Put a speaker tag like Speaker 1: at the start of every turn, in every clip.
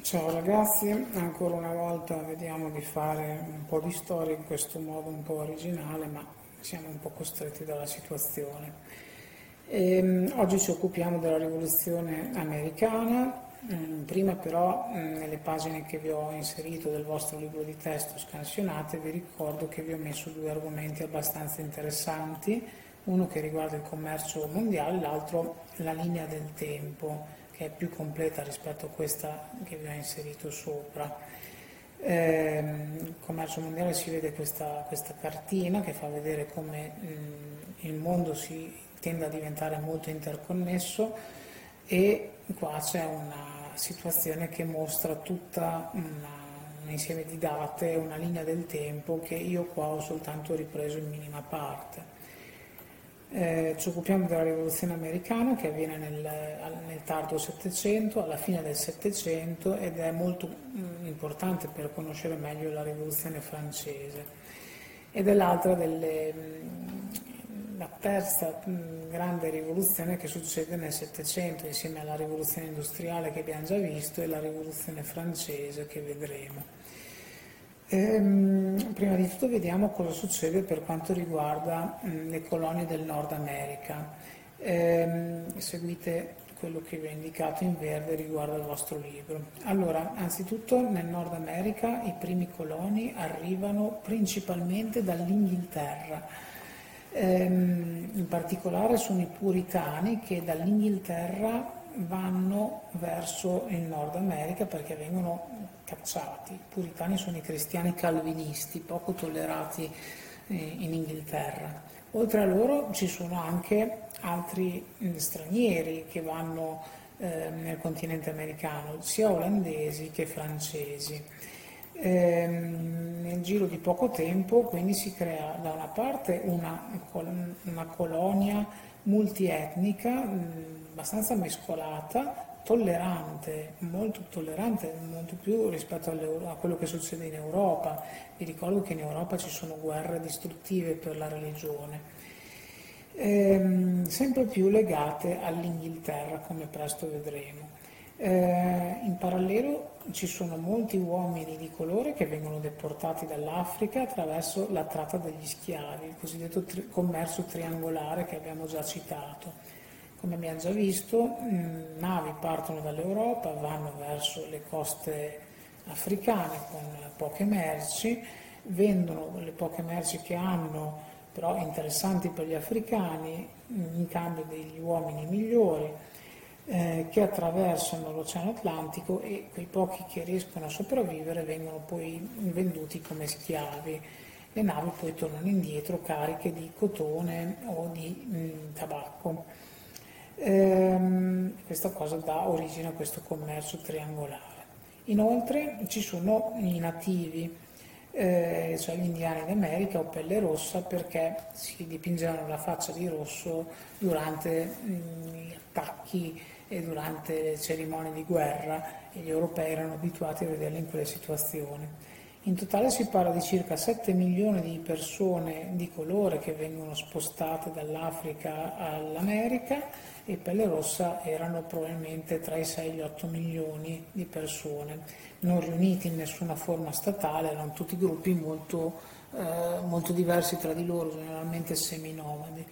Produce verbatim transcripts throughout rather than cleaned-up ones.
Speaker 1: Ciao ragazzi, ancora una volta vediamo di fare un po' di storia in questo modo un po' originale, ma siamo un po' costretti dalla situazione. Ehm, oggi ci occupiamo della rivoluzione americana. Mm, prima però, mm, nelle pagine che vi ho inserito del vostro libro di testo scansionate, vi ricordo che vi ho messo due argomenti abbastanza interessanti, uno che riguarda il commercio mondiale, l'altro la linea del tempo, che è più completa rispetto a questa che vi ho inserito sopra. Ehm, il commercio mondiale si vede questa, questa cartina che fa vedere come mh, il mondo si tende a diventare molto interconnesso, e qua c'è una situazione che mostra tutta una un insieme di date, una linea del tempo che io qua ho soltanto ripreso in minima parte. Eh, ci occupiamo della rivoluzione americana che avviene nel, nel tardo Settecento, alla fine del Settecento, ed è molto mm, importante per conoscere meglio la rivoluzione francese. Ed è l'altra delle, mm, la terza mm, grande rivoluzione che succede nel Settecento, insieme alla rivoluzione industriale che abbiamo già visto e la rivoluzione francese che vedremo. Ehm, prima di tutto vediamo cosa succede per quanto riguarda mh, le colonie del Nord America. Ehm, seguite quello che vi ho indicato in verde riguardo al vostro libro. Allora, anzitutto nel Nord America i primi coloni arrivano principalmente dall'Inghilterra. Ehm, in particolare sono i puritani che dall'Inghilterra vanno verso il Nord America perché vengono cacciati. I puritani sono i cristiani calvinisti, poco tollerati eh, in Inghilterra. Oltre a loro ci sono anche altri eh, stranieri che vanno eh, nel continente americano, sia olandesi che francesi. Ehm, nel giro di poco tempo quindi si crea da una parte una, col- una colonia multietnica, mh, abbastanza mescolata, tollerante, molto tollerante, molto più rispetto a quello che succede in Europa. Vi ricordo che in Europa ci sono guerre distruttive per la religione. Ehm, sempre più legate all'Inghilterra, come presto vedremo. Eh, in parallelo ci sono molti uomini di colore che vengono deportati dall'Africa attraverso la tratta degli schiavi, il cosiddetto tri- commercio triangolare che abbiamo già citato. Come abbiamo già visto, mh, navi partono dall'Europa, vanno verso le coste africane con poche merci, vendono le poche merci che hanno, però interessanti per gli africani, in cambio degli uomini migliori, eh, che attraversano l'Oceano Atlantico, e quei pochi che riescono a sopravvivere vengono poi venduti come schiavi. Le navi poi tornano indietro cariche di cotone o di mh, tabacco. Ehm, questa cosa dà origine a questo commercio triangolare. Inoltre ci sono i nativi, eh, cioè gli indiani d'America o pelle rossa, perché si dipingevano la faccia di rosso durante mh, gli attacchi e durante le cerimonie di guerra, e gli europei erano abituati a vederli in quelle situazioni. In totale si parla di circa sette milioni di persone di colore che vengono spostate dall'Africa all'America, e pelle rossa erano probabilmente tra i sei e gli otto milioni di persone, non riuniti in nessuna forma statale, erano tutti gruppi molto, eh, molto diversi tra di loro, generalmente seminomadi.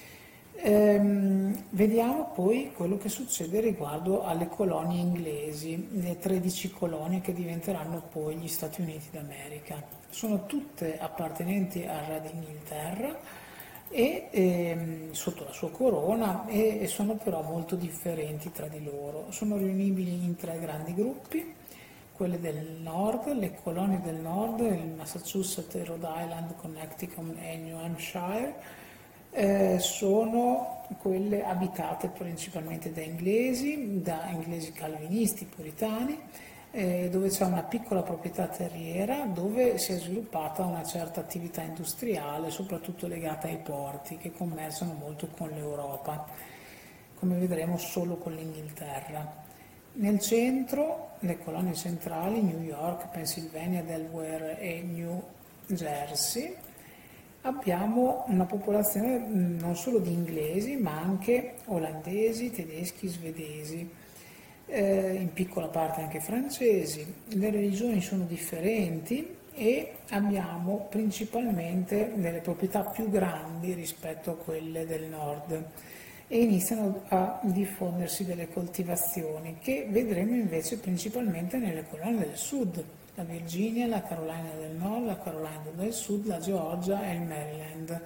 Speaker 1: Ehm, vediamo poi quello che succede riguardo alle colonie inglesi, le tredici colonie che diventeranno poi gli Stati Uniti d'America. Sono tutte appartenenti al re d'Inghilterra e ehm, sotto la sua corona, e, e sono però molto differenti tra di loro. Sono riunibili in tre grandi gruppi: quelle del nord, le colonie del nord, il Massachusetts, Rhode Island, Connecticut e New Hampshire. Eh, sono quelle abitate principalmente da inglesi, da inglesi calvinisti, puritani, eh, dove c'è una piccola proprietà terriera, dove si è sviluppata una certa attività industriale, soprattutto legata ai porti, che commerciano molto con l'Europa, come vedremo solo con l'Inghilterra. Nel centro, le colonie centrali, New York, Pennsylvania, Delaware e New Jersey, abbiamo una popolazione non solo di inglesi, ma anche olandesi, tedeschi, svedesi. eh, in piccola parte anche francesi. Le religioni sono differenti e abbiamo principalmente delle proprietà più grandi rispetto a quelle del nord e iniziano a diffondersi delle coltivazioni che vedremo invece principalmente nelle colonie del sud, la Virginia, la Carolina del Nord, la Carolina del Sud, la Georgia e il Maryland.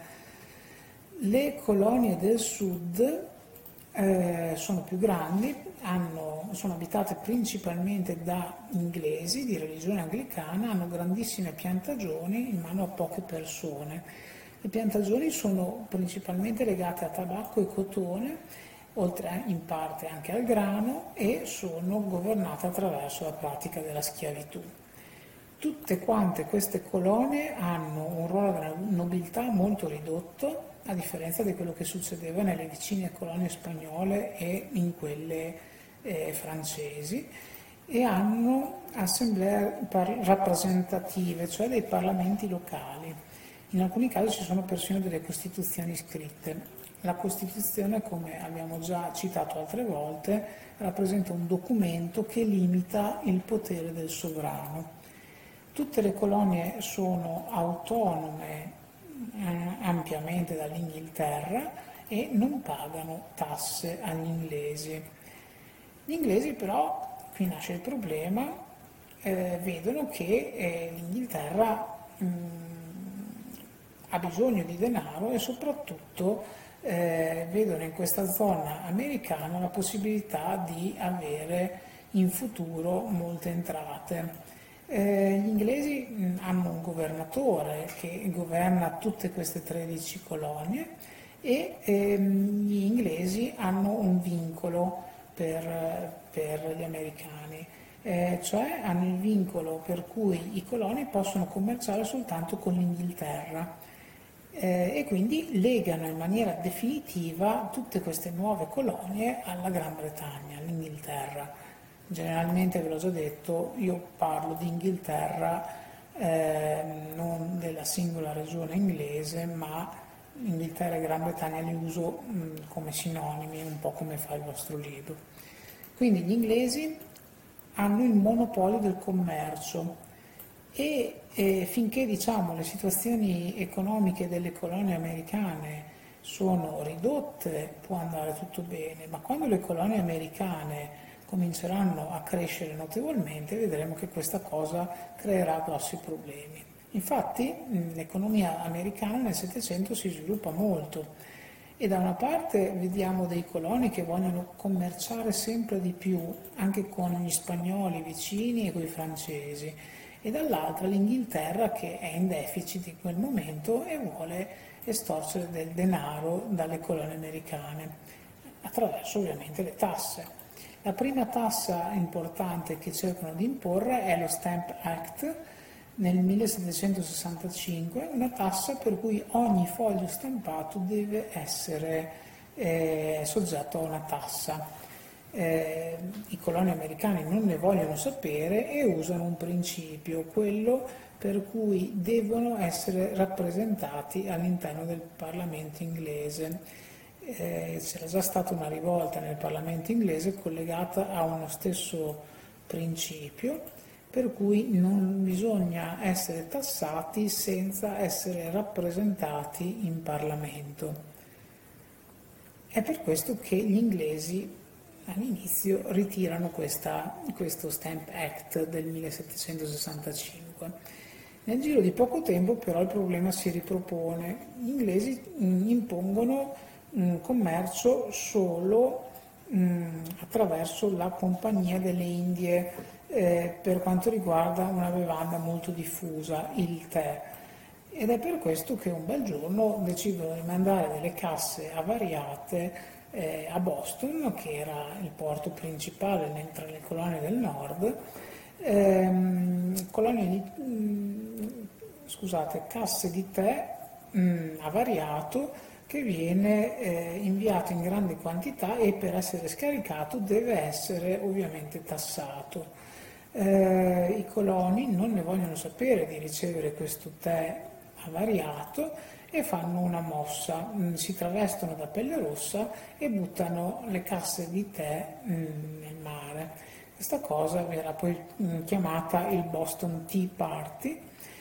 Speaker 1: Le colonie del sud eh, sono più grandi, hanno, sono abitate principalmente da inglesi di religione anglicana, hanno grandissime piantagioni in mano a poche persone. Le piantagioni sono principalmente legate a tabacco e cotone, oltre in parte anche al grano, e sono governate attraverso la pratica della schiavitù. Tutte quante queste colonie hanno un ruolo della nobiltà molto ridotto, a differenza di quello che succedeva nelle vicine colonie spagnole e in quelle eh, francesi, e hanno assemblee rappresentative, cioè dei parlamenti locali. In alcuni casi ci sono persino delle costituzioni scritte. La Costituzione, come abbiamo già citato altre volte, rappresenta un documento che limita il potere del sovrano. Tutte le colonie sono autonome eh, ampiamente dall'Inghilterra e non pagano tasse agli inglesi. Gli inglesi però, qui nasce il problema, eh, vedono che eh, l'Inghilterra mh, ha bisogno di denaro e soprattutto eh, vedono in questa zona americana la possibilità di avere in futuro molte entrate. Eh, gli inglesi mh, hanno un governatore che governa tutte queste tredici colonie e ehm, gli inglesi hanno un vincolo per, per gli americani, eh, cioè hanno il vincolo per cui i coloni possono commerciare soltanto con l'Inghilterra. Eh, e quindi legano in maniera definitiva tutte queste nuove colonie alla Gran Bretagna, all'Inghilterra. Generalmente, ve l'ho già detto, io parlo di Inghilterra, eh, non della singola regione inglese, ma Inghilterra e Gran Bretagna li uso mh, come sinonimi, un po' come fa il vostro libro. Quindi gli inglesi hanno il monopolio del commercio e eh, finché diciamo, le situazioni economiche delle colonie americane sono ridotte può andare tutto bene, ma quando le colonie americane cominceranno a crescere notevolmente vedremo che questa cosa creerà grossi problemi. Infatti l'economia americana nel Settecento si sviluppa molto e da una parte vediamo dei coloni che vogliono commerciare sempre di più anche con gli spagnoli vicini e con i francesi, e dall'altra l'Inghilterra che è in deficit in quel momento e vuole estorcere del denaro dalle colonie americane, attraverso ovviamente le tasse. La prima tassa importante che cercano di imporre è lo Stamp Act nel millesettecentosessantacinque, una tassa per cui ogni foglio stampato deve essere eh, soggetto a una tassa. Eh, I coloni americani non ne vogliono sapere e usano un principio, quello per cui devono essere rappresentati all'interno del Parlamento inglese. Eh, c'era già stata una rivolta nel Parlamento inglese collegata a uno stesso principio, per cui non bisogna essere tassati senza essere rappresentati in Parlamento. È per questo che gli inglesi all'inizio ritirano questa, questo Stamp Act del millesettecentosessantacinque. Nel giro di poco tempo però il problema si ripropone. Gli inglesi mh, impongono un commercio solo mh, attraverso la Compagnia delle Indie eh, per quanto riguarda una bevanda molto diffusa, il tè. Ed è per questo che un bel giorno decidono di mandare delle casse avariate Eh, a Boston, che era il porto principale tra le colonie del nord, ehm, colonie di, mh, scusate, casse di tè mh, avariato che viene eh, inviato in grandi quantità e per essere scaricato deve essere ovviamente tassato. Eh, I coloni non ne vogliono sapere di ricevere questo tè avariato e fanno una mossa, mh, si travestono da pelle rossa e buttano le casse di tè mh, nel mare. Questa cosa verrà poi mh, chiamata il Boston Tea Party.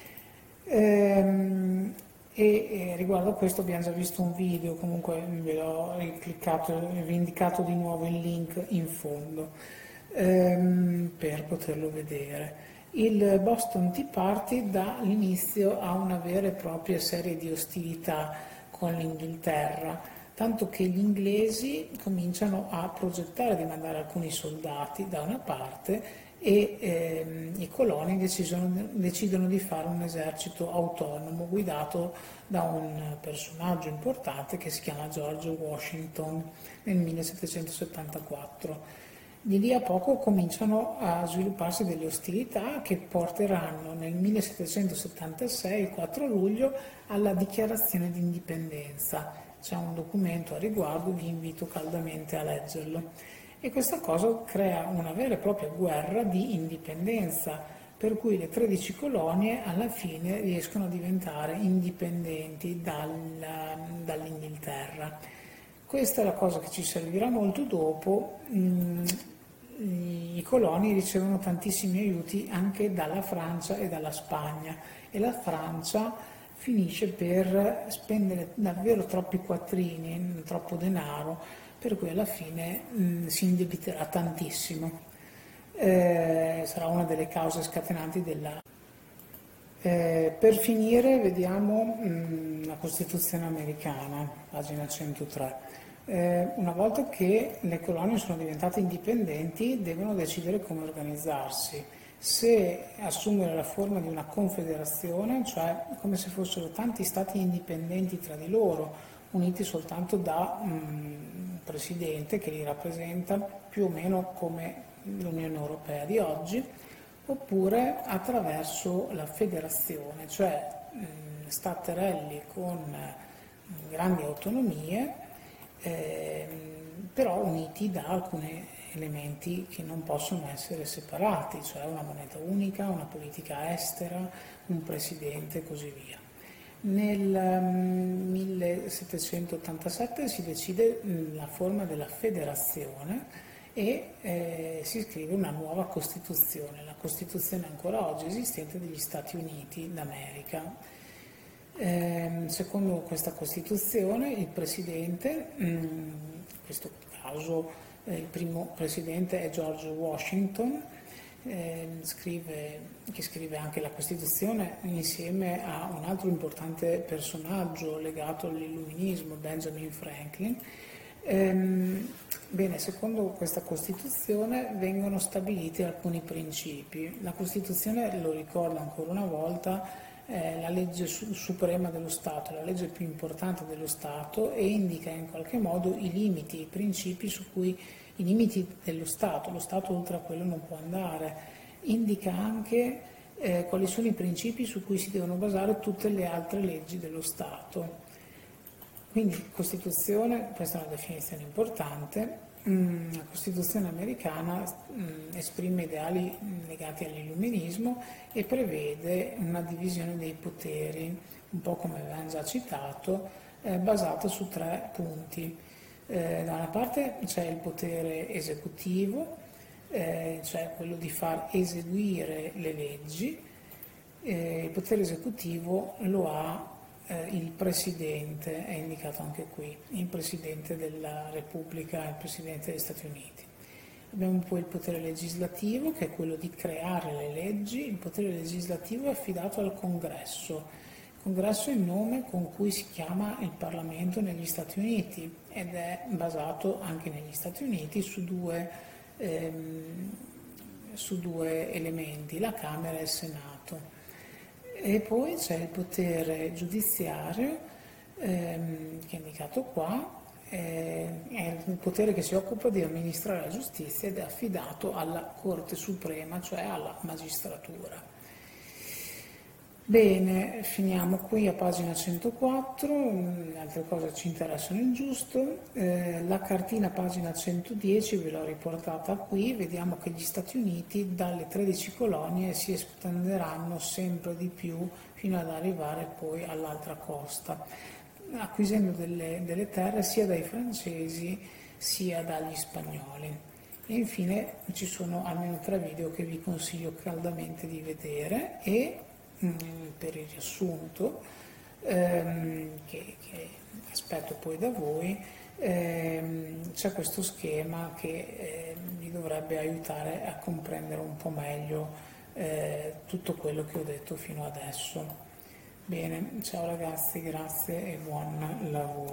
Speaker 1: Ehm, e, e riguardo a questo abbiamo già visto un video, comunque ve l'ho cliccato, vi ho indicato di nuovo il link in fondo ehm, per poterlo vedere. Il Boston Tea Party dà l'inizio a una vera e propria serie di ostilità con l'Inghilterra, tanto che gli inglesi cominciano a progettare di mandare alcuni soldati da una parte e ehm, i coloni decidono, decidono di fare un esercito autonomo guidato da un personaggio importante che si chiama George Washington nel millesettecentosettantaquattro. Di lì a poco cominciano a svilupparsi delle ostilità che porteranno nel millesettecentosettantasei, il quattro luglio, alla dichiarazione di indipendenza. C'è un documento a riguardo, vi invito caldamente a leggerlo. E questa cosa crea una vera e propria guerra di indipendenza, per cui le tredici colonie alla fine riescono a diventare indipendenti dal, dall'Inghilterra. Questa è la cosa che ci servirà molto dopo. I coloni ricevono tantissimi aiuti anche dalla Francia e dalla Spagna e la Francia finisce per spendere davvero troppi quattrini, troppo denaro, per cui alla fine mh, si indebiterà tantissimo. Eh, sarà una delle cause scatenanti della... Eh, per finire vediamo mh, la Costituzione americana, pagina centotré. Eh, una volta che le colonie sono diventate indipendenti devono decidere come organizzarsi, se assumere la forma di una confederazione, cioè come se fossero tanti stati indipendenti tra di loro, uniti soltanto da un presidente che li rappresenta più o meno come l'Unione Europea di oggi, oppure attraverso la federazione, cioè mh, staterelli con mh, grandi autonomie, eh, però uniti da alcuni elementi che non possono essere separati, cioè una moneta unica, una politica estera, un presidente e così via. Nel millesettecentottantasette si decide la forma della federazione e eh, si scrive una nuova Costituzione, la Costituzione ancora oggi esistente degli Stati Uniti d'America. Eh, secondo questa Costituzione il Presidente, in questo caso eh, il primo Presidente è George Washington, Eh, scrive, che scrive anche la Costituzione insieme a un altro importante personaggio legato all'illuminismo, Benjamin Franklin. Ehm, bene, secondo questa Costituzione vengono stabiliti alcuni principi. La Costituzione, lo ricordo ancora una volta, è la legge su- suprema dello Stato, la legge più importante dello Stato e indica in qualche modo i limiti, i principi su cui i limiti dello Stato, lo Stato oltre a quello non può andare, indica anche eh, quali sono i principi su cui si devono basare tutte le altre leggi dello Stato. Quindi Costituzione, questa è una definizione importante, mm, la Costituzione americana mm, esprime ideali legati all'illuminismo e prevede una divisione dei poteri, un po' come avevamo già citato, eh, basata su tre punti. Eh, da una parte c'è il potere esecutivo, eh, cioè quello di far eseguire le leggi. Eh, il potere esecutivo lo ha eh, il Presidente, è indicato anche qui, il Presidente della Repubblica, il Presidente degli Stati Uniti. Abbiamo poi il potere legislativo, che è quello di creare le leggi. Il potere legislativo è affidato al Congresso. Il Congresso è il nome con cui si chiama il Parlamento negli Stati Uniti ed è basato anche negli Stati Uniti su due, ehm, su due elementi, la Camera e il Senato. E poi c'è il potere giudiziario, ehm, che è indicato qua, eh, è il potere che si occupa di amministrare la giustizia ed è affidato alla Corte Suprema, cioè alla magistratura. Bene, finiamo qui a pagina centoquattro, mm, altre cose ci interessano il giusto. Eh, la cartina pagina centodieci ve l'ho riportata qui, vediamo che gli Stati Uniti dalle tredici colonie si estenderanno sempre di più fino ad arrivare poi all'altra costa, acquisendo delle, delle terre sia dai francesi sia dagli spagnoli. E infine ci sono almeno tre video che vi consiglio caldamente di vedere e mm, per il riassunto ehm, che, che aspetto poi da voi, ehm, c'è questo schema che eh, vi dovrebbe aiutare a comprendere un po' meglio eh, tutto quello che ho detto fino adesso. Bene, ciao ragazzi, grazie e buon lavoro.